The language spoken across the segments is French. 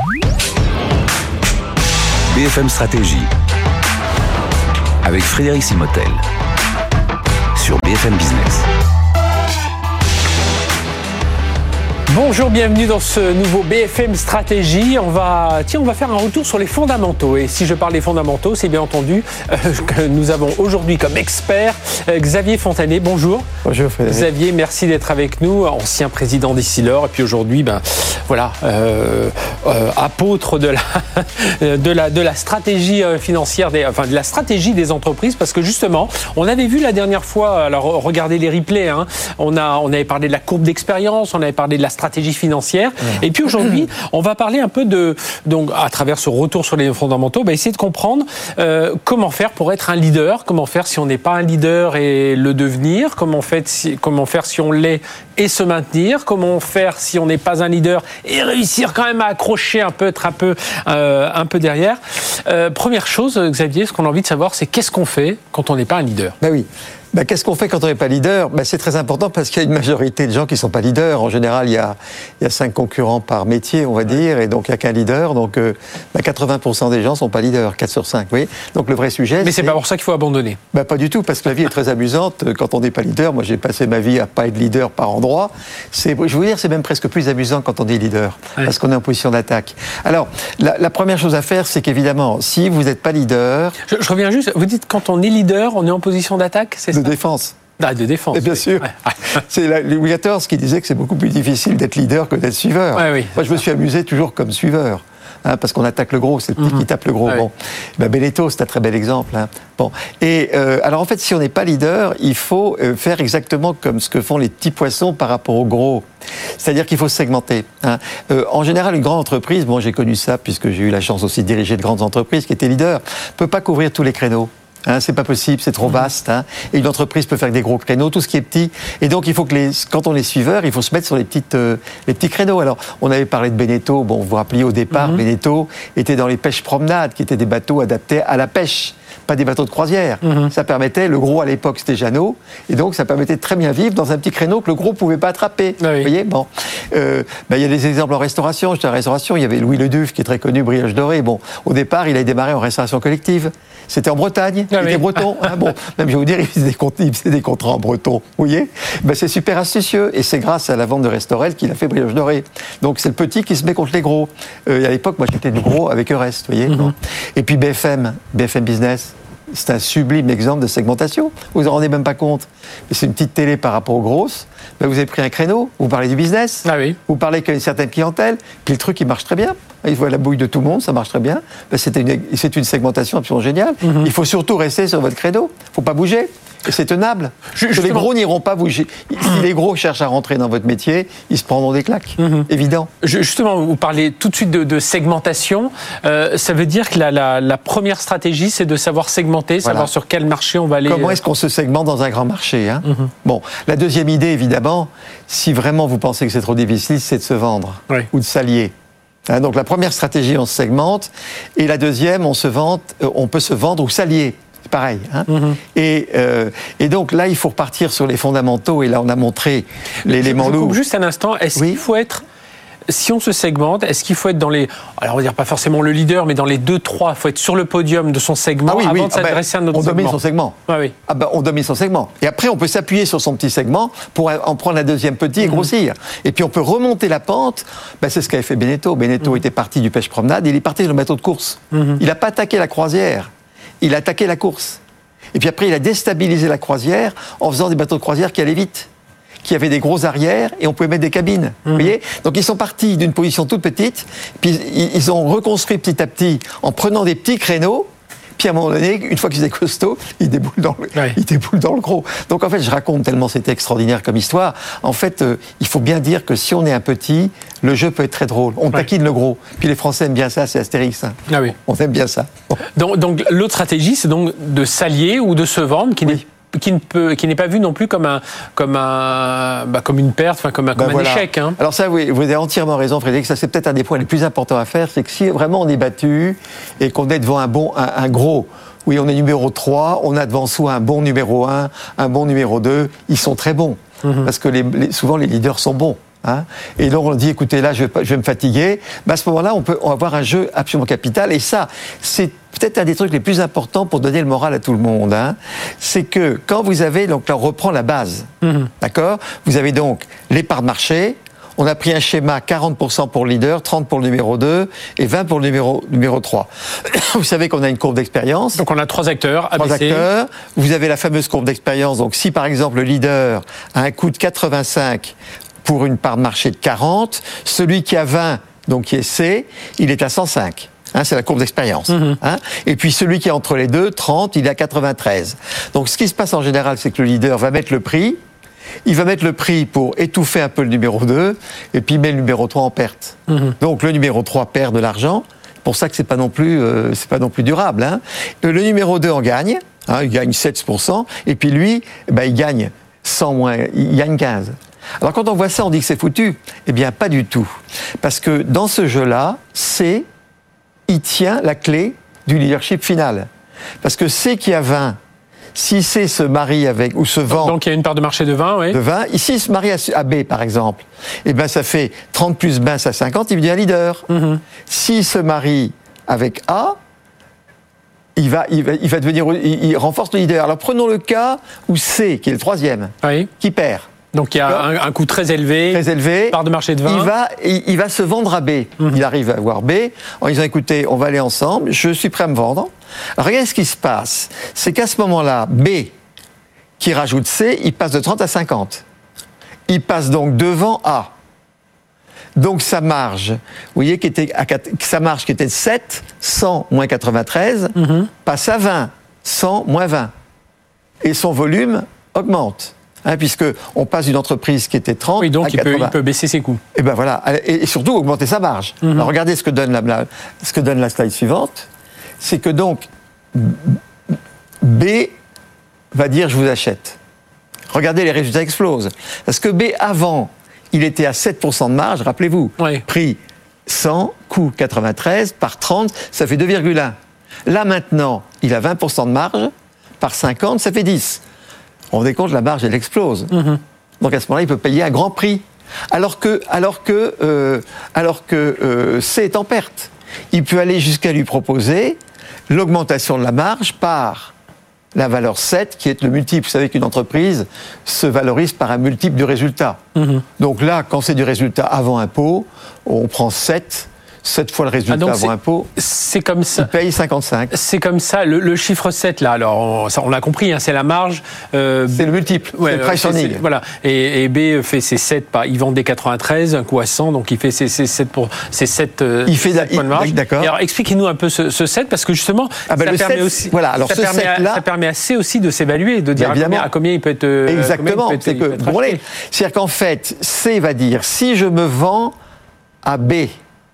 BFM Stratégie avec Frédéric Simotel sur BFM Business. Bonjour, bienvenue dans ce nouveau BFM Stratégie. On va faire un retour sur les fondamentaux. Et si je parle des fondamentaux, c'est bien entendu que nous avons aujourd'hui comme expert Xavier Fontanet. Bonjour. Bonjour Frédéric. Xavier, merci d'être avec nous, ancien président d'Essilor. Et puis aujourd'hui, apôtre de la stratégie financière, de la stratégie des entreprises. Parce que justement, on avait vu la dernière fois, alors regardez les replays, on avait parlé de la courbe d'expérience, on avait parlé de la stratégie financière. Et puis aujourd'hui, on va parler un peu donc à travers ce retour sur les fondamentaux, essayer de comprendre comment faire pour être un leader, comment faire si on n'est pas un leader et le devenir, comment faire si on l'est et se maintenir, comment faire si on n'est pas un leader et réussir quand même à accrocher être un peu derrière. Première chose, Xavier, ce qu'on a envie de savoir, c'est qu'est-ce qu'on fait quand on n'est pas un leader ? Oui. Qu'est-ce qu'on fait quand on n'est pas leader ? C'est très important parce qu'il y a une majorité de gens qui ne sont pas leaders. En général, il y a 5 concurrents par métier, on va dire, et donc il n'y a qu'un leader. Donc 80% des gens ne sont pas leaders, 4 sur 5. Oui. Donc le vrai sujet, mais c'est pas pour ça qu'il faut abandonner. Pas du tout, parce que la vie est très amusante quand on n'est pas leader. Moi, j'ai passé ma vie à pas être leader par endroit. Je vais vous dire, c'est même presque plus amusant quand on est leader, parce qu'on est en position d'attaque. Alors, la première chose à faire, c'est qu'évidemment, si vous n'êtes pas leader... Je reviens juste, vous dites quand on est leader, on est en position d'attaque, c'est ça ? De défense. De défense. Et bien sûr. Ouais. C'est Louis XIV qui disait que c'est beaucoup plus difficile d'être leader que d'être suiveur. Ouais, oui. Moi, je me suis amusé toujours comme suiveur. Parce qu'on attaque le gros, c'est le petit qui tape le gros. Ouais. Bon. Beneteau, c'est un très bel exemple. Bon. Et alors en fait, si on n'est pas leader, il faut faire exactement comme ce que font les petits poissons par rapport aux gros. C'est-à-dire qu'il faut segmenter. En général, une grande entreprise, j'ai connu ça puisque j'ai eu la chance aussi de diriger de grandes entreprises qui étaient leaders, peut pas couvrir tous les créneaux. C'est pas possible, c'est trop vaste. Et une entreprise peut faire des gros créneaux, tout ce qui est petit. Et donc, il faut que quand on est suiveur, il faut se mettre sur les petits créneaux. Alors, on avait parlé de Beneteau. Vous vous rappelez, au départ, Beneteau était dans les pêches-promenades, qui étaient des bateaux adaptés à la pêche, pas des bateaux de croisière. Ça permettait, le gros à l'époque, c'était Jeannot. Et donc, ça permettait de très bien vivre dans un petit créneau que le gros pouvait pas attraper. Oui. Vous voyez, bon. Il y a des exemples en restauration. J'étais en restauration, il y avait Louis Leduc, qui est très connu, Brioche Dorée. Bon, au départ, il a démarré en restauration collective. C'était en Bretagne, il était breton. Même, je vais vous dire, il faisait des contrats en breton. Vous voyez, c'est super astucieux. Et c'est grâce à la vente de Restorel qu'il a fait Brioche Dorée. Donc, c'est le petit qui se met contre les gros. À l'époque, moi, j'étais du gros avec Eurest, vous voyez. Et puis BFM Business, c'est un sublime exemple de segmentation. Vous vous en rendez même pas compte. Mais c'est une petite télé par rapport aux grosses. Vous avez pris un créneau, vous parlez du business, vous parlez qu'à une certaine clientèle, puis le truc, il marche très bien. Il voit la bouille de tout le monde, ça marche très bien. C'est une segmentation absolument géniale. Il faut surtout rester sur votre créneau. Il ne faut pas bouger. Et c'est tenable. Les gros n'iront pas bouger. Si les gros cherchent à rentrer dans votre métier, ils se prendront des claques. Évident. Justement, vous parlez tout de suite de segmentation. Ça veut dire que la première stratégie, c'est de savoir segmenter, savoir sur quel marché on va aller. Comment est-ce qu'on se segmente dans un grand marché Bon, la deuxième idée, évidemment, si vraiment vous pensez que c'est trop difficile, c'est de se vendre ou de s'allier. Donc la première stratégie, on se segmente. Et la deuxième, on peut se vendre ou s'allier. C'est pareil. Et donc là, il faut repartir sur les fondamentaux. Et là, on a montré l'élément lourd. Juste un instant, est-ce qu'il faut être... Si on se segmente, est-ce qu'il faut être dans les... Alors, on va dire pas forcément le leader, mais dans les 2-3, il faut être sur le podium de son segment avant de s'adresser à notre segment. On domine son segment. On domine son segment. Et après, on peut s'appuyer sur son petit segment pour en prendre un deuxième petit et grossir. Et puis, on peut remonter la pente. C'est ce qu'avait fait Beneteau. Beneteau était parti du pêche-promenade, il est parti sur le bateau de course. Il n'a pas attaqué la croisière, il a attaqué la course. Et puis après, il a déstabilisé la croisière en faisant des bateaux de croisière qui allaient vite, qui avaient des gros arrières et on pouvait mettre des cabines. Vous voyez ? Donc ils sont partis d'une position toute petite, puis ils ont reconstruit petit à petit en prenant des petits créneaux. Puis à un moment donné, une fois qu'ils étaient costauds, ils déboulent dans le gros. Donc en fait, je raconte tellement c'était extraordinaire comme histoire. En fait, il faut bien dire que si on est un petit, le jeu peut être très drôle. On taquine le gros. Puis les Français aiment bien ça, c'est Astérix. On aime bien ça. Donc l'autre stratégie, c'est donc de s'allier ou de se vendre, qui n'est pas vu non plus comme une perte, comme un échec. Alors ça, vous avez entièrement raison, Frédéric. Ça, c'est peut-être un des points les plus importants à faire, c'est que si vraiment on est battu et qu'on est devant un gros, oui, on est numéro 3, on a devant soi un bon numéro 1, un bon numéro 2, ils sont très bons. Parce que souvent les leaders sont bons. Hein, et donc on dit, écoutez, là, je vais me fatiguer. À ce moment-là, on va avoir un jeu absolument capital. Et ça, c'est peut-être un des trucs les plus importants pour donner le moral à tout le monde. Hein, c'est que quand vous avez, donc là, on reprend la base. D'accord ? Vous avez donc les parts de marché. On a pris un schéma 40% pour le leader, 30% pour le numéro 2 et 20% pour le numéro 3. Vous savez qu'on a une courbe d'expérience. Donc on a 3 acteurs. ABC. 3 acteurs. Vous avez la fameuse courbe d'expérience. Donc si par exemple le leader a un coût de 85 pour une part de marché de 40, celui qui a 20, donc qui est C, il est à 105. Hein, c'est la courbe d'expérience. Hein. Et puis celui qui est entre les deux, 30, il est à 93. Donc ce qui se passe en général, c'est que le leader va mettre le prix. Il va mettre le prix pour étouffer un peu le numéro 2, et puis il met le numéro 3 en perte. Donc le numéro 3 perd de l'argent, c'est pour ça que c'est pas non plus durable. Hein. Le numéro 2 en gagne, hein, il gagne 7%, et puis lui, il gagne 100 moins, il gagne 15. Alors quand on voit ça, on dit que c'est foutu. Eh bien pas du tout. Parce que dans ce jeu-là, il tient la clé du leadership final. Parce que C qui a 20, si C se marie avec, ou se vend... Donc il y a une part de marché de 20, oui. De 20. Ici, il se marie à B, par exemple. Eh bien, ça fait 30 plus B, ça 50, il devient leader. S'il se marie avec A, il renforce le leader. Alors, prenons le cas où C, qui est le troisième, qui perd. Donc il y a un coût très élevé, part de marché de 20. Il va se vendre à B. Il arrive à avoir B en disant, écoutez, on va aller ensemble, je suis prêt à me vendre. Alors, regardez ce qui se passe. C'est qu'à ce moment-là, B, qui rajoute C, il passe de 30 à 50. Il passe donc devant A. Donc sa marge, vous voyez, sa marge qui était de 7, 100 moins 93, passe à 20, 100 moins 20. Et son volume augmente. Hein, puisqu'on passe d'une entreprise qui était 30 donc à 80. Il peut baisser ses coûts. Et ben voilà, et surtout augmenter sa marge. Alors regardez ce que donne la slide suivante. C'est que donc, B va dire je vous achète. Regardez, les résultats explosent. Parce que B, avant, il était à 7% de marge, rappelez-vous. Prix 100, coût 93, par 30, ça fait 2,1. Là maintenant, il a 20% de marge, par 50, ça fait 10. Vous vous rendez compte, la marge, elle explose. Donc à ce moment-là, il peut payer un grand prix. Alors que C est en perte. Il peut aller jusqu'à lui proposer l'augmentation de la marge par la valeur 7, qui est le multiple. Vous savez qu'une entreprise se valorise par un multiple du résultat. Donc là, quand c'est du résultat avant impôt, on prend 7 fois le résultat avant impôt. C'est comme ça. Il paye 55. C'est comme ça. Le chiffre 7, là, alors, on l'a compris, hein, c'est la marge. C'est le multiple. C'est le price earning. Voilà. Et B fait ses 7, il vend des 93, un coup à 100, donc il fait ses 7 pour ses 7 points de marge. D'accord. Et alors, expliquez-nous un peu ce 7, parce que justement, ça permet aussi. Voilà, alors ça permet assez aussi de s'évaluer, de dire à combien il peut être. Exactement. C'est-à-dire qu'en fait, C va dire, si je me vends à B,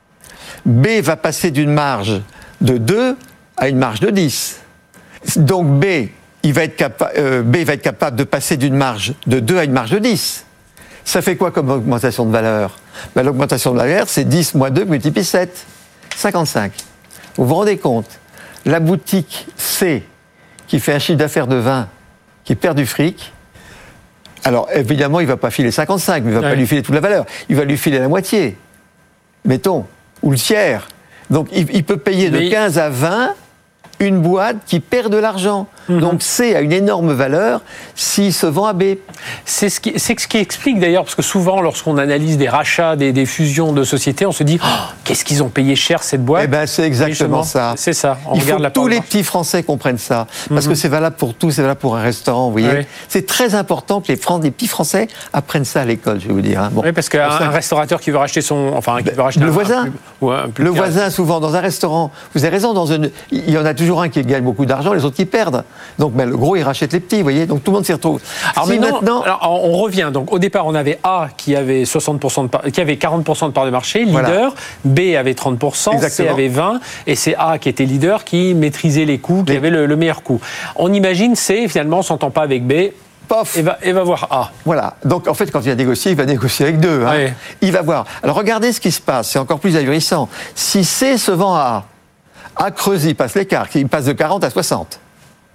B va passer d'une marge de 2 à une marge de 10. Donc B va être capable de passer d'une marge de 2 à une marge de 10. Ça fait quoi comme augmentation de valeur ? L'augmentation de valeur, c'est 10 moins 2 multiplié 7. 55. Vous vous rendez compte ? La boutique C, qui fait un chiffre d'affaires de 20, qui perd du fric, alors évidemment, il ne va pas filer 55, mais il ne va pas lui filer toute la valeur. Il va lui filer la moitié, mettons, ou le tiers. Donc il peut payer de 15 à 20 une boîte qui perd de l'argent. Donc C a une énorme valeur s'il se vend à B. C'est ce qui explique d'ailleurs, parce que souvent lorsqu'on analyse des rachats, des fusions de sociétés, on se dit qu'est-ce qu'ils ont payé cher cette boîte. Eh ben c'est exactement ça. C'est ça. Il faut que tous les petits Français comprennent ça, parce que c'est valable pour tout, c'est valable pour un restaurant, vous voyez. C'est très important que les petits Français apprennent ça à l'école, je vais vous dire. Hein. Bon. Oui, parce qu'un restaurateur qui veut racheter le voisin, le voisin souvent dans un restaurant. Vous avez raison, il y en a toujours un qui gagne beaucoup d'argent, les autres qui perdent. Donc le gros, il rachète les petits, vous voyez. Donc tout le monde s'y retrouve. Alors on revient. Donc au départ, on avait A qui avait 40% de part de marché, leader. B avait 30%, exactement. C avait 20%, et c'est A qui était leader, qui maîtrisait les coûts, qui avait le meilleur coût. On imagine C, finalement, on s'entend pas avec B. Pof. Et va voir A. Voilà. Donc en fait, quand il va négocier avec 2. Hein. Il va voir. Alors regardez ce qui se passe. C'est encore plus ahurissant. Si C se vend à A creuse, il passe l'écart. Il passe de 40 à 60. D'accord ?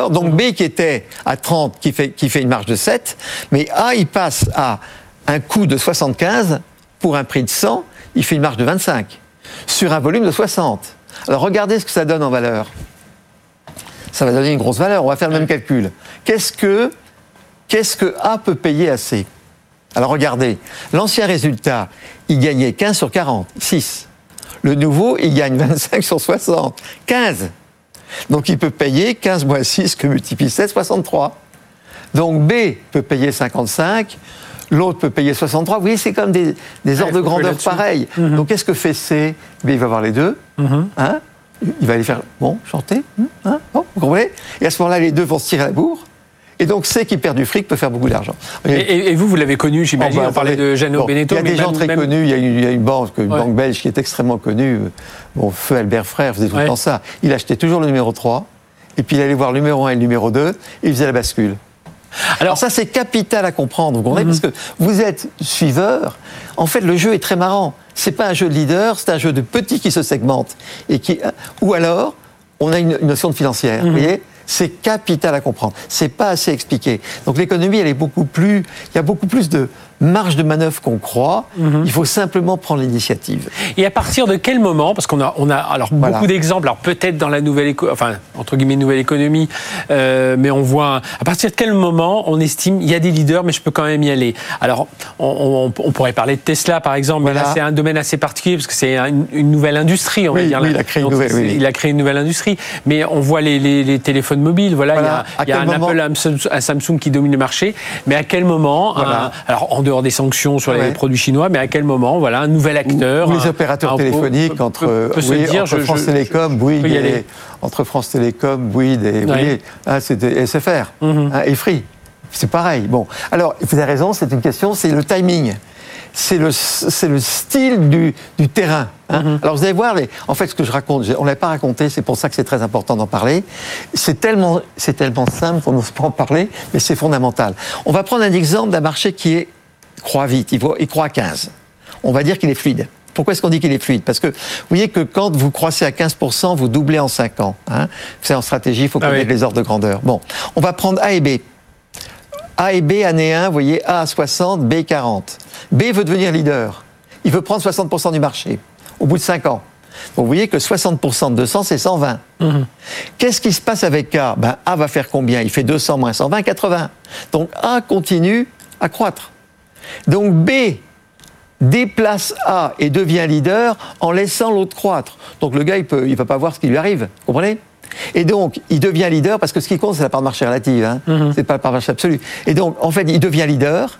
Donc B qui était à 30, qui fait une marge de 7, mais A, il passe à un coût de 75, pour un prix de 100, il fait une marge de 25, sur un volume de 60. Alors regardez ce que ça donne en valeur. Ça va donner une grosse valeur, on va faire le même calcul. Qu'est-ce que A peut payer à C ? Alors regardez, l'ancien résultat, il gagnait 15 sur 40, 6. Le nouveau, il gagne 25 sur 60, 15. Donc il peut payer 15 moins 6 que multiplie 7, 63. Donc B peut payer 55, l'autre peut payer 63. Vous voyez, c'est comme des ordres de grandeur pareils. Donc qu'est-ce que fait C ? B, il va voir les deux. Hein ? Il va aller faire, chanter. Hein ? Bon, vous comprenez ? Et à ce moment-là, les deux vont se tirer à la bourre. Et donc, C qui perd du fric peut faire beaucoup d'argent. Et vous l'avez connu, j'imagine, on parlait de Jeannot Beneteau. Il y a des gens très connus, il y a une banque belge qui est extrêmement connue, Feu Albert Frère faisait tout le temps ça. Il achetait toujours le numéro 3, et puis il allait voir le numéro 1 et le numéro 2, et il faisait la bascule. Alors ça, c'est capital à comprendre, vous comprenez, parce que vous êtes suiveur. En fait, le jeu est très marrant. C'est pas un jeu de leader, c'est un jeu de petits qui se segmentent. Ou alors, on a une notion de financière, vous voyez ? C'est capital à comprendre. C'est pas assez expliqué. Donc l'économie, il y a beaucoup plus de marge de manœuvre qu'on croit. Il faut simplement prendre l'initiative. Et à partir de quel moment, parce qu'on a alors beaucoup d'exemples, alors peut-être dans la entre guillemets nouvelle économie, mais on voit à partir de quel moment on estime il y a des leaders, mais je peux quand même y aller. Alors on pourrait parler de Tesla par exemple, mais là c'est un domaine assez particulier parce que c'est une nouvelle industrie, on va dire. Oui, il a créé il a créé une nouvelle industrie, mais on voit les téléphones mobiles. Voilà. Il y a un Apple, un Samsung qui domine le marché, mais à quel moment alors en dehors des sanctions sur les produits chinois, mais à quel moment, un nouvel acteur... Ou les opérateurs téléphoniques entre France Télécom, Bouygues et c'était SFR et Free. C'est pareil. Bon, alors, vous avez raison, c'est une question, c'est le timing. C'est le style du terrain. Alors vous allez voir, en fait, ce que je raconte, on ne l'a pas raconté, c'est pour ça que c'est très important d'en parler. C'est tellement simple qu'on n'ose pas en parler, mais c'est fondamental. On va prendre un exemple d'un marché qui croît vite, il croît à 15. On va dire qu'il est fluide. Pourquoi est-ce qu'on dit qu'il est fluide ? Parce que vous voyez que quand vous croissez à 15%, vous doublez en 5 ans. C'est en stratégie, il faut connaître les ordres de grandeur. Bon, on va prendre A et B. A et B, année 1, vous voyez, A à 60, B 40. B veut devenir leader. Il veut prendre 60% du marché au bout de 5 ans. Donc vous voyez que 60% de 200, c'est 120. Qu'est-ce qui se passe avec A ? A va faire combien ? Il fait 200 moins 120, 80. Donc A continue à croître. Donc B déplace A et devient leader en laissant l'autre croître. Donc le gars, il va pas voir ce qui lui arrive. Vous comprenez ? Et donc, il devient leader, parce que ce qui compte, c'est la part de marché relative. C'est pas la part de marché absolue. Et donc, en fait, il devient leader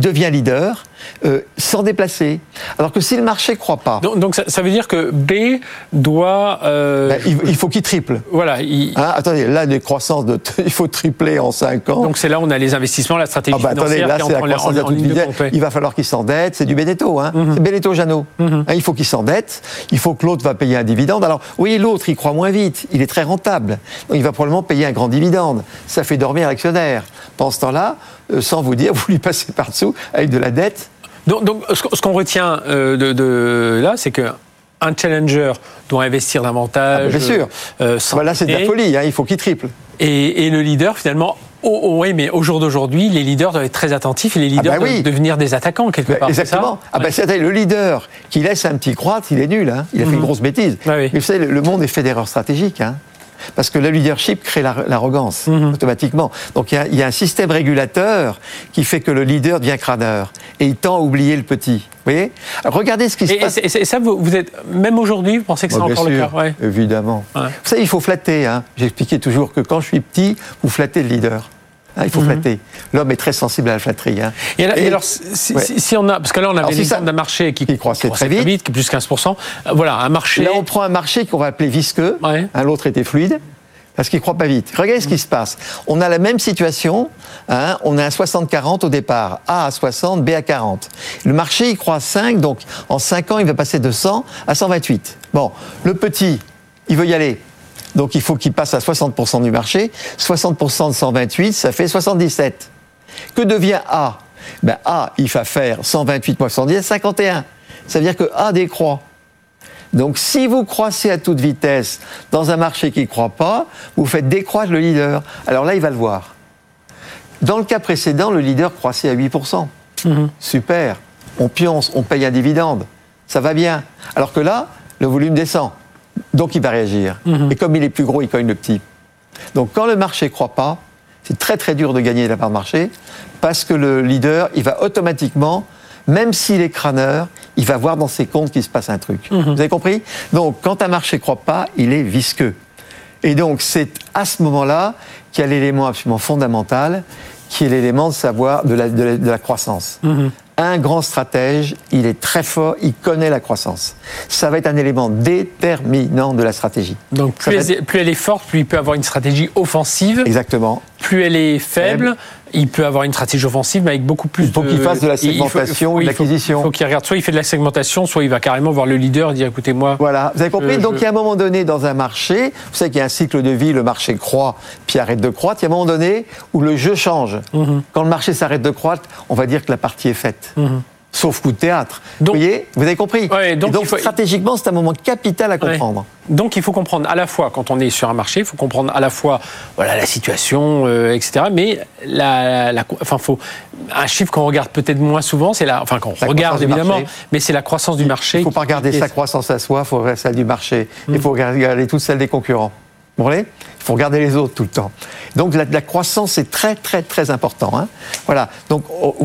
sans déplacer. Alors que si le marché ne croit pas... Donc ça veut dire que B doit... il faut qu'il triple. Voilà. Attendez, là, les croissances, il faut tripler en 5 ans. Donc c'est là où on a les investissements, la stratégie financière. Attendez, là, c'est la croissance de toute vitesse. Il va falloir qu'il s'endette. C'est du Beneteau. C'est Beneteau-Jeannot. Il faut qu'il s'endette. Il faut que l'autre va payer un dividende. Alors, vous voyez, l'autre, il croît moins vite. Il est très rentable. Donc il va probablement payer un grand dividende. Ça fait dormir l'actionnaire. Pendant ce temps-là, sans vous dire, vous lui passez par-dessous avec de la dette. Donc ce qu'on retient de là, c'est qu'un challenger doit investir davantage. Bien sûr. Là, c'est de la folie. Il faut qu'il triple. Et le leader, finalement... oui, mais au jour d'aujourd'hui, les leaders doivent être très attentifs et les leaders doivent devenir des attaquants quelque part. Exactement. Le leader qui laisse un petit croître, il est nul. Il a fait une grosse bêtise. Mais vous savez, le monde est fait d'erreurs stratégiques. Parce que le leadership crée l'arrogance, automatiquement. Donc il y a un système régulateur qui fait que le leader devient crâneur. Et il tend à oublier le petit. Vous voyez ? Alors, regardez ce qui se passe. Et ça, vous êtes, même aujourd'hui, vous pensez que c'est encore le cas ? Évidemment. Vous savez, il faut flatter. J'expliquais toujours que quand je suis petit, vous flattez le leader. Il faut flatter. L'homme est très sensible à la flatterie. Et alors, si on a, parce que là, on avait l'exemple d'un marché qui croissait très vite, qui plus 15%. Voilà, un marché. Là, on prend un marché qu'on va appeler visqueux. L'autre était fluide. Parce qu'il ne croît pas vite. Regardez ce qui se passe. On a la même situation. On a un 60-40 au départ. A à 60, B à 40. Le marché, il croît à 5. Donc, en 5 ans, il va passer de 100 à 128. Bon, le petit, il veut y aller. Donc, il faut qu'il passe à 60% du marché. 60% de 128, ça fait 77. Que devient A ? A, il va faire 128 moins 110, 51. Ça veut dire que A décroît. Donc, si vous croissez à toute vitesse dans un marché qui ne croît pas, vous faites décroître le leader. Alors là, il va le voir. Dans le cas précédent, le leader croissait à 8%. Super. On pionce, on paye un dividende. Ça va bien. Alors que là, le volume descend. Donc il va réagir. Et comme il est plus gros, il cogne le petit. Donc quand le marché ne croit pas, c'est très très dur de gagner la part de marché parce que le leader, il va automatiquement, même s'il est crâneur, il va voir dans ses comptes qu'il se passe un truc. Vous avez compris ? Donc quand un marché ne croit pas, il est visqueux. Et donc c'est à ce moment-là qu'il y a l'élément absolument fondamental, qui est l'élément de savoir de la croissance. Un grand stratège, il est très fort, il connaît la croissance. Ça va être un élément déterminant de la stratégie. Donc plus elle est forte, plus il peut avoir une stratégie offensive. Exactement. Plus elle est faible, il peut avoir une stratégie offensive, mais avec beaucoup plus il faut qu'il fasse de la segmentation ou de l'acquisition. Il faut qu'il regarde, soit il fait de la segmentation, soit il va carrément voir le leader et dire écoutez-moi. Voilà, vous avez compris. Donc il y a un moment donné dans un marché, vous savez qu'il y a un cycle de vie, le marché croît, puis arrête de croître. Il y a un moment donné où le jeu change. Quand le marché s'arrête de croître, on va dire que la partie est faite. Sauf coup de théâtre. Donc, vous voyez, vous avez compris. Ouais, donc stratégiquement, c'est un moment capital à comprendre. Ouais. Donc il faut comprendre à la fois, quand on est sur un marché, il faut comprendre à la fois la situation, etc. Mais un chiffre qu'on regarde peut-être moins souvent, c'est qu'on regarde évidemment, mais c'est la croissance du marché. Il ne faut pas regarder sa croissance à soi, il faut regarder celle du marché. Il faut regarder toutes celles des concurrents. Vous voyez ? Il faut regarder les autres tout le temps. Donc la croissance est très très très important. Hein. Voilà. Donc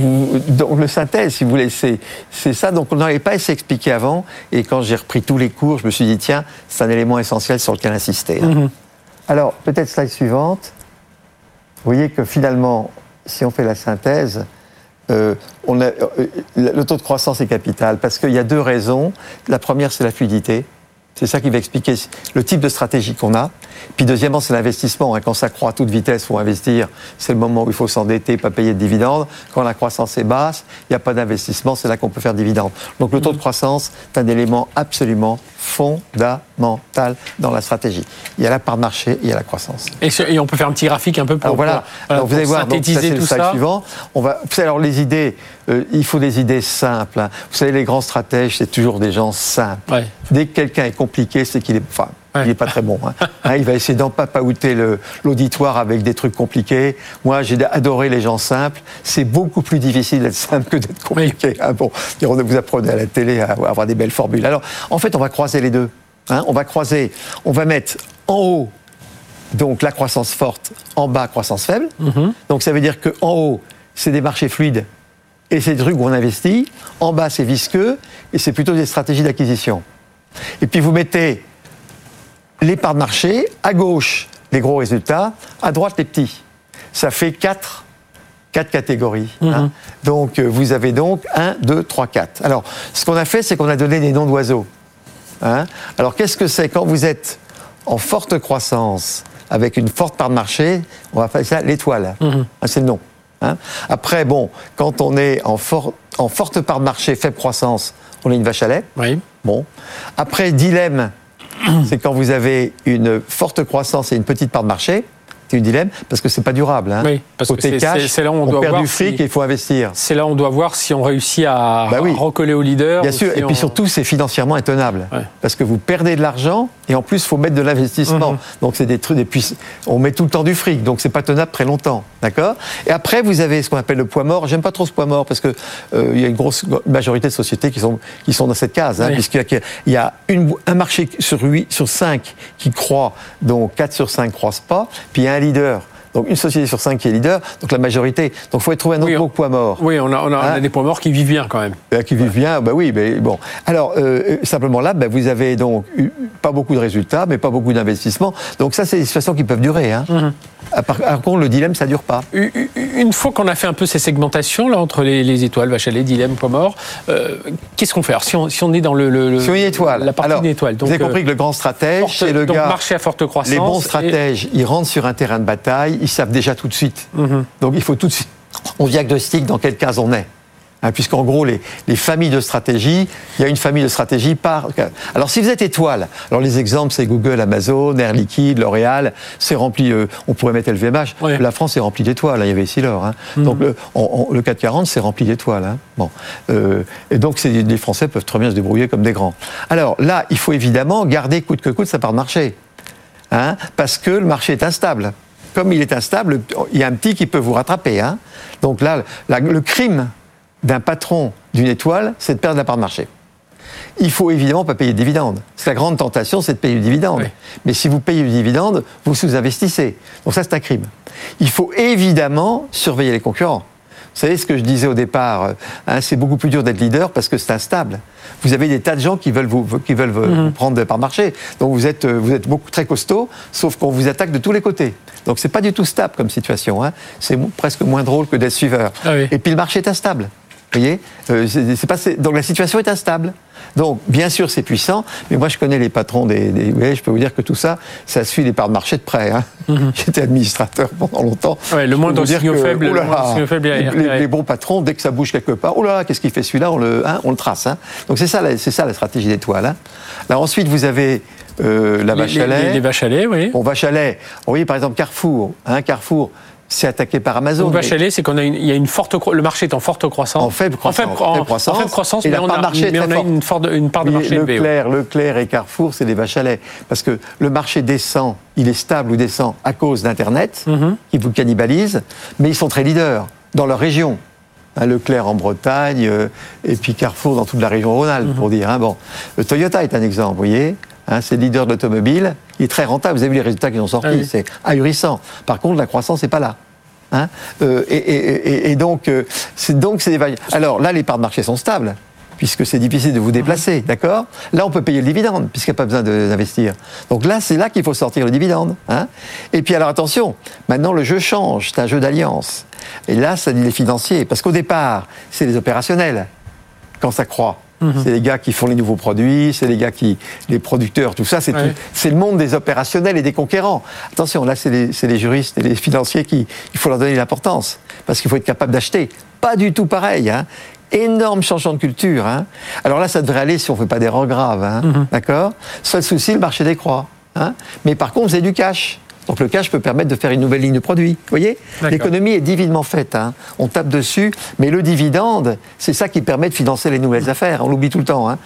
le synthèse, si vous voulez, c'est ça. Donc on n'avait pas assez expliqué avant. Et quand j'ai repris tous les cours, je me suis dit tiens, c'est un élément essentiel sur lequel insister. Hein. Alors peut-être slide suivante. Vous voyez que finalement, si on fait la synthèse, le taux de croissance est capital parce qu'il y a deux raisons. La première, c'est la fluidité. C'est ça qui va expliquer le type de stratégie qu'on a. Puis deuxièmement, c'est l'investissement. Quand ça croît à toute vitesse, il faut investir. C'est le moment où il faut s'endetter, pas payer de dividendes. Quand la croissance est basse, il n'y a pas d'investissement, c'est là qu'on peut faire dividendes. Donc le taux de croissance est un élément absolument fondamental dans la stratégie. Il y a la part de marché, il y a la croissance. Et on peut faire un petit graphique un peu pour, Alors, vous allez voir, synthétiser donc, ça, c'est le slide suivant. Alors les idées, il faut des idées simples. Hein. Vous savez, les grands stratèges, c'est toujours des gens simples. Ouais. Dès que quelqu'un est compliqué, c'est qu'il est... il n'est pas très bon. Il va essayer d'empapaouter l'auditoire avec des trucs compliqués. Moi, j'ai adoré les gens simples. C'est beaucoup plus difficile d'être simple que d'être compliqué. Oui. Vous apprenez à la télé à avoir des belles formules. Alors, en fait, on va croiser les deux. On va mettre en haut donc la croissance forte, en bas croissance faible. Donc ça veut dire qu'en haut, c'est des marchés fluides et c'est des trucs où on investit. En bas, c'est visqueux et c'est plutôt des stratégies d'acquisition. Et puis vous mettez les parts de marché, à gauche, les gros résultats, à droite, les petits. Ça fait 4 catégories. Donc, vous avez donc 1, 2, 3, 4. Alors, ce qu'on a fait, c'est qu'on a donné des noms d'oiseaux. Alors, qu'est-ce que c'est ? Quand vous êtes en forte croissance, avec une forte part de marché, on va faire ça l'étoile. C'est le nom. Après, quand on est en forte part de marché, faible croissance, on est une vache à lait. Oui. Après, dilemme, c'est quand vous avez une forte croissance et une petite part de marché. C'est une dilemme parce que c'est pas durable. Oui, parce que c'est là où on perd du fric et il faut investir. C'est là où on doit voir si on réussit à recoller au au-leader. Bien sûr, et puis surtout, c'est financièrement intenable. Ouais. Parce que vous perdez de l'argent et en plus, il faut mettre de l'investissement. Donc, c'est des trucs, et puis on met tout le temps du fric, donc c'est pas tenable très longtemps. D'accord ? Et après, vous avez ce qu'on appelle le poids mort. J'aime pas trop ce poids mort parce que il y a une grosse majorité de sociétés qui sont dans cette case, puisqu'il y a un marché sur 5 qui croît, donc 4 sur 5 ne croissent pas, puis il y a un leader. Donc une société sur 5 qui est leader, donc la majorité. Donc il faut trouver un autre gros poids mort. Oui, on a des poids morts qui vivent bien quand même. Qui vivent bien, oui, mais bon. Alors simplement là, vous avez donc pas beaucoup de résultats, mais pas beaucoup d'investissements. Donc ça, c'est des situations qui peuvent durer. Par contre, le dilemme, ça dure pas. Une fois qu'on a fait un peu ces segmentations là entre les étoiles, vache à lait, dilemme, poids mort, qu'est-ce qu'on fait ? Alors, si on est dans sur une étoile, la partie d'une étoile. Donc, vous avez compris que le grand stratège, c'est le gars. Marché à forte croissance. Les bons stratèges, ils rentrent sur un terrain de bataille, ils savent déjà tout de suite. Donc il faut tout de suite. On diagnostique dans quelle case on est. Puisqu'en gros, les familles de stratégie, il y a une famille de stratégie par... Alors, si vous êtes étoile, alors les exemples, c'est Google, Amazon, Air Liquide, L'Oréal, c'est rempli, on pourrait mettre LVMH, la France est remplie d'étoiles, il y avait Essilor. Donc, le CAC 40, c'est rempli d'étoiles. Et donc, les Français peuvent très bien se débrouiller comme des grands. Alors, là, il faut évidemment garder coûte que coûte sa part de marché. Parce que le marché est instable. Comme il est instable, il y a un petit qui peut vous rattraper. Donc là, le crime d'un patron d'une étoile, c'est de perdre la part de marché. Il faut évidemment pas payer de dividendes. Parce que la grande tentation, c'est de payer du dividende. Oui. Mais si vous payez du dividende, vous sous-investissez. Donc ça, c'est un crime. Il faut évidemment surveiller les concurrents. Vous savez ce que je disais au départ, c'est beaucoup plus dur d'être leader parce que c'est instable. Vous avez des tas de gens qui veulent vous prendre par marché. Donc vous êtes beaucoup très costaud, sauf qu'on vous attaque de tous les côtés. Donc c'est pas du tout stable comme situation. C'est presque moins drôle que d'être suiveur. Ah oui. Et puis le marché est instable. Vous voyez, donc la situation est instable. Donc, bien sûr, c'est puissant, mais moi, je connais les patrons vous voyez, je peux vous dire que tout ça, ça suit les parts de marché de près. J'étais administrateur pendant longtemps. Ouais, le moindre signaux faible, les bons patrons, dès que ça bouge quelque part, oh là, qu'est-ce qu'il fait celui-là, on le trace. Donc, c'est ça la stratégie d'étoile. Alors, ensuite, vous avez la vache à lait. Les vaches à lait, oui. Bon, vache à lait. Vous voyez, par exemple, Carrefour. Carrefour, c'est attaqué par Amazon. Vache à lait, c'est qu'il y a une forte le marché est en forte croissance. En faible croissance. Mais on a une part de marché élevée. Leclerc et Carrefour, c'est des vaches à lait. Parce que le marché descend, il est stable ou descend à cause d'Internet, qui vous cannibalise, mais ils sont très leaders dans leur région. Leclerc en Bretagne, et puis Carrefour dans toute la région Rhône-Alpes, pour dire. Bon. Le Toyota est un exemple, vous voyez. C'est le leader de l'automobile, il est très rentable. Vous avez vu les résultats qu'ils ont sortis, c'est ahurissant. Par contre, la croissance n'est pas là. Donc, c'est des variables. Alors là, les parts de marché sont stables, puisque c'est difficile de vous déplacer, d'accord ? Là, on peut payer le dividende, puisqu'il n'y a pas besoin d'investir. Donc là, c'est là qu'il faut sortir le dividende. Et puis alors attention, maintenant le jeu change, c'est un jeu d'alliance. Et là, ça dit les financiers, parce qu'au départ, c'est les opérationnels, quand ça croît. C'est les gars qui font les nouveaux produits, c'est les producteurs, tout ça, c'est le monde des opérationnels et des conquérants. Attention, là, c'est les juristes et les financiers il faut leur donner l'importance, parce qu'il faut être capable d'acheter. Pas du tout pareil, Énorme changement de culture. Alors là, ça devrait aller si on ne fait pas d'erreurs graves, d'accord ? Seul souci, le marché décroît. Mais par contre, c'est du cash. Donc le cash peut permettre de faire une nouvelle ligne de produits. Vous voyez ? L'économie est divinement faite. On tape dessus, mais le dividende, c'est ça qui permet de financer les nouvelles affaires. On l'oublie tout le temps.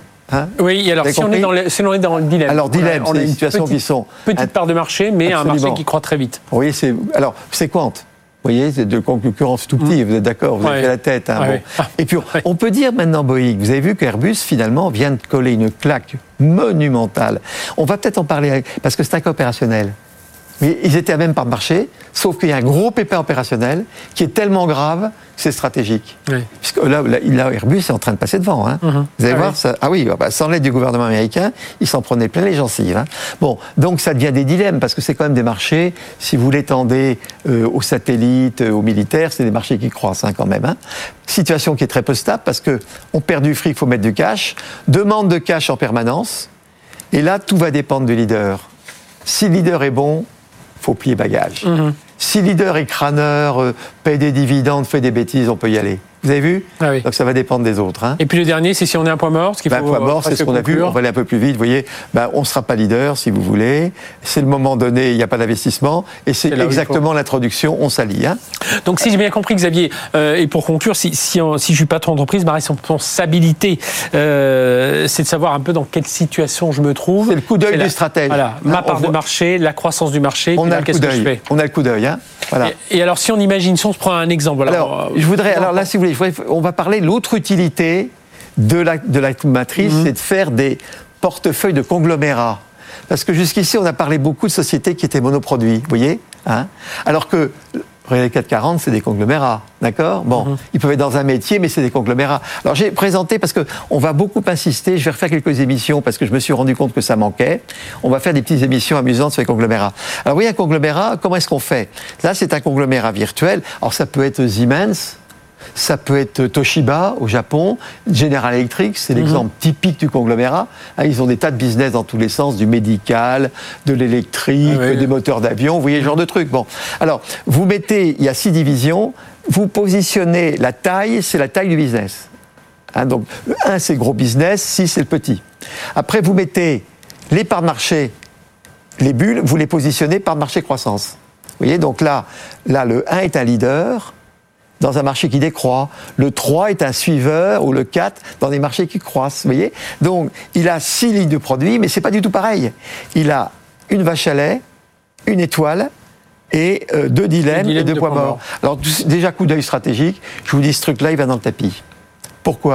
Oui, alors si on est dans le dilemme. Alors dilemme, c'est des situations qui sont... Petite part de marché, mais un marché qui croît très vite. Oui, c'est Quant. Vous voyez, c'est de concurrence tout petit, vous êtes d'accord, vous avez fait la tête. Et puis, on peut dire maintenant Boeing, vous avez vu qu'Airbus, finalement, vient de coller une claque monumentale. On va peut-être en parler, parce que c'est un cas opérationnel. Mais ils étaient à même part de marché, sauf qu'il y a un gros pépin opérationnel qui est tellement grave que c'est stratégique. Oui. Puisque là, Airbus est en train de passer devant. Vous allez voir, ça, sans l'aide du gouvernement américain, ils s'en prenaient plein les gencives. Bon, donc ça devient des dilemmes, parce que c'est quand même des marchés, si vous l'étendez aux satellites, aux militaires, c'est des marchés qui croissent quand même. Situation qui est très peu stable, parce qu'on perd du fric, il faut mettre du cash, demande de cash en permanence, et là, tout va dépendre du leader. Si le leader est bon, faut plier bagage. Si le leader est crâneur, paye des dividendes, fait des bêtises, on peut y aller. Vous avez vu ? Donc ça va dépendre des autres. Et puis le dernier, c'est si on est un point mort, ce qu'il faut point mort, c'est ce qu'on a vu. On va aller un peu plus vite. Vous voyez, on ne sera pas leader si vous voulez. C'est le moment donné, il n'y a pas d'investissement, et c'est exactement l'introduction. On s'allie. Donc si j'ai bien compris, Xavier, et pour conclure, si je suis patron d'entreprise, ma responsabilité, c'est de savoir un peu dans quelle situation je me trouve. C'est le coup d'œil du stratège. Voilà, ma part de marché, la croissance du marché. On a le coup d'œil. On a le coup d'œil. Voilà. Et alors, si on imagine, si on se prend un exemple, alors là, si vous voulez, on va parler de l'autre utilité de la matrice, c'est de faire des portefeuilles de conglomérats. Parce que jusqu'ici, on a parlé beaucoup de sociétés qui étaient monoproduits, vous voyez, alors que les 440, c'est des conglomérats, d'accord ? Bon, ils peuvent être dans un métier, mais c'est des conglomérats. Alors j'ai présenté, parce qu'on va beaucoup insister, je vais refaire quelques émissions, parce que je me suis rendu compte que ça manquait. On va faire des petites émissions amusantes sur les conglomérats. Alors oui, un conglomérat, comment est-ce qu'on fait ? Là, c'est un conglomérat virtuel. Alors ça peut être Siemens, ça peut être Toshiba au Japon, General Electric, c'est l'exemple typique du conglomérat. Ils ont des tas de business dans tous les sens, du médical, de l'électrique, des moteurs d'avion, vous voyez ce genre de trucs. Bon, alors vous mettez, il y a 6 divisions, vous positionnez la taille, c'est la taille du business. Donc le 1 c'est le gros business, 6 c'est le petit. Après vous mettez les parts de marché, les bulles, vous les positionnez par marché croissance. Vous voyez, donc là le 1 est un leader dans un marché qui décroît. Le 3 est un suiveur, ou le 4 dans des marchés qui croissent. Vous voyez ? Donc, il a 6 lignes de produits, mais c'est pas du tout pareil. Il a une vache à lait, une étoile, et 2 dilemmes et 2 poids morts. Alors déjà, coup d'œil stratégique, je vous dis, ce truc-là, il va dans le tapis. Pourquoi ?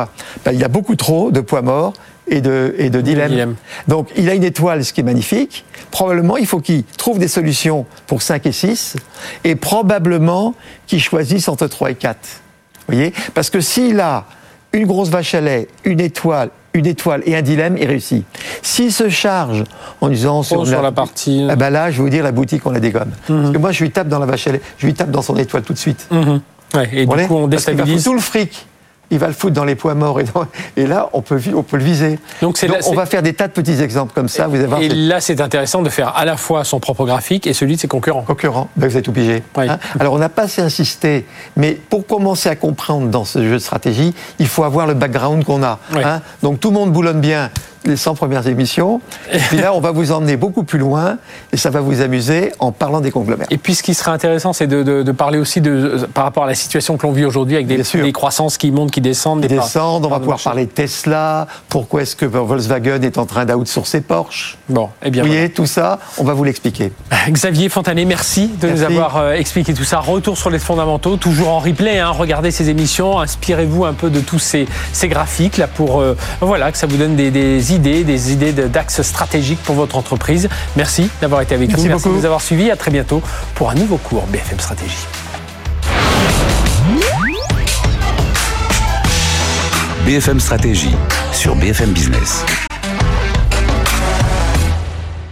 Il y a beaucoup trop de poids morts et de dilemmes. Donc il a une étoile, ce qui est magnifique. Probablement, il faut qu'il trouve des solutions pour 5 et 6, et probablement qu'il choisisse entre 3 et 4. Vous voyez ? Parce que s'il a une grosse vache à lait, une étoile et un dilemme, il réussit. S'il se charge en disant sur la partie... Ah ben là, je vais vous dire, la boutique, on la dégomme. Parce que moi, je lui tape dans la vache à lait, je lui tape dans son étoile tout de suite. Ouais, et du coup, on déstabilise. Parce qu'il va foutre tout le fric. Il va le foutre dans les poids morts et là, on peut le viser. Donc on va faire des tas de petits exemples comme ça. Vous allez voir, et là, c'est intéressant de faire à la fois son propre graphique et celui de ses concurrents. Ben, vous êtes obligé. Oui. Alors, on n'a pas assez insisté, mais pour commencer à comprendre dans ce jeu de stratégie, il faut avoir le background qu'on a. Oui. Donc, tout le monde boulonne bien les 100 premières émissions. Et puis là, on va vous emmener beaucoup plus loin et ça va vous amuser en parlant des conglomérats. Et puis, ce qui serait intéressant, c'est de parler aussi par rapport à la situation que l'on vit aujourd'hui avec des croissances qui montent, qui descendent. On va pouvoir parler de Tesla. Pourquoi est-ce que Volkswagen est en train d'outsourcer Porsche ? Bon, eh bien. Vous voyez, tout ça, on va vous l'expliquer. Xavier Fontanet, merci de nous avoir expliqué tout ça. Retour sur les fondamentaux, toujours en replay. Regardez ces émissions, inspirez-vous un peu de tous ces graphiques là pour que ça vous donne des idées d'axes stratégiques pour votre entreprise. Merci d'avoir été avec nous. Merci de nous avoir suivis. À très bientôt pour un nouveau cours BFM Stratégie. BFM Stratégie sur BFM Business.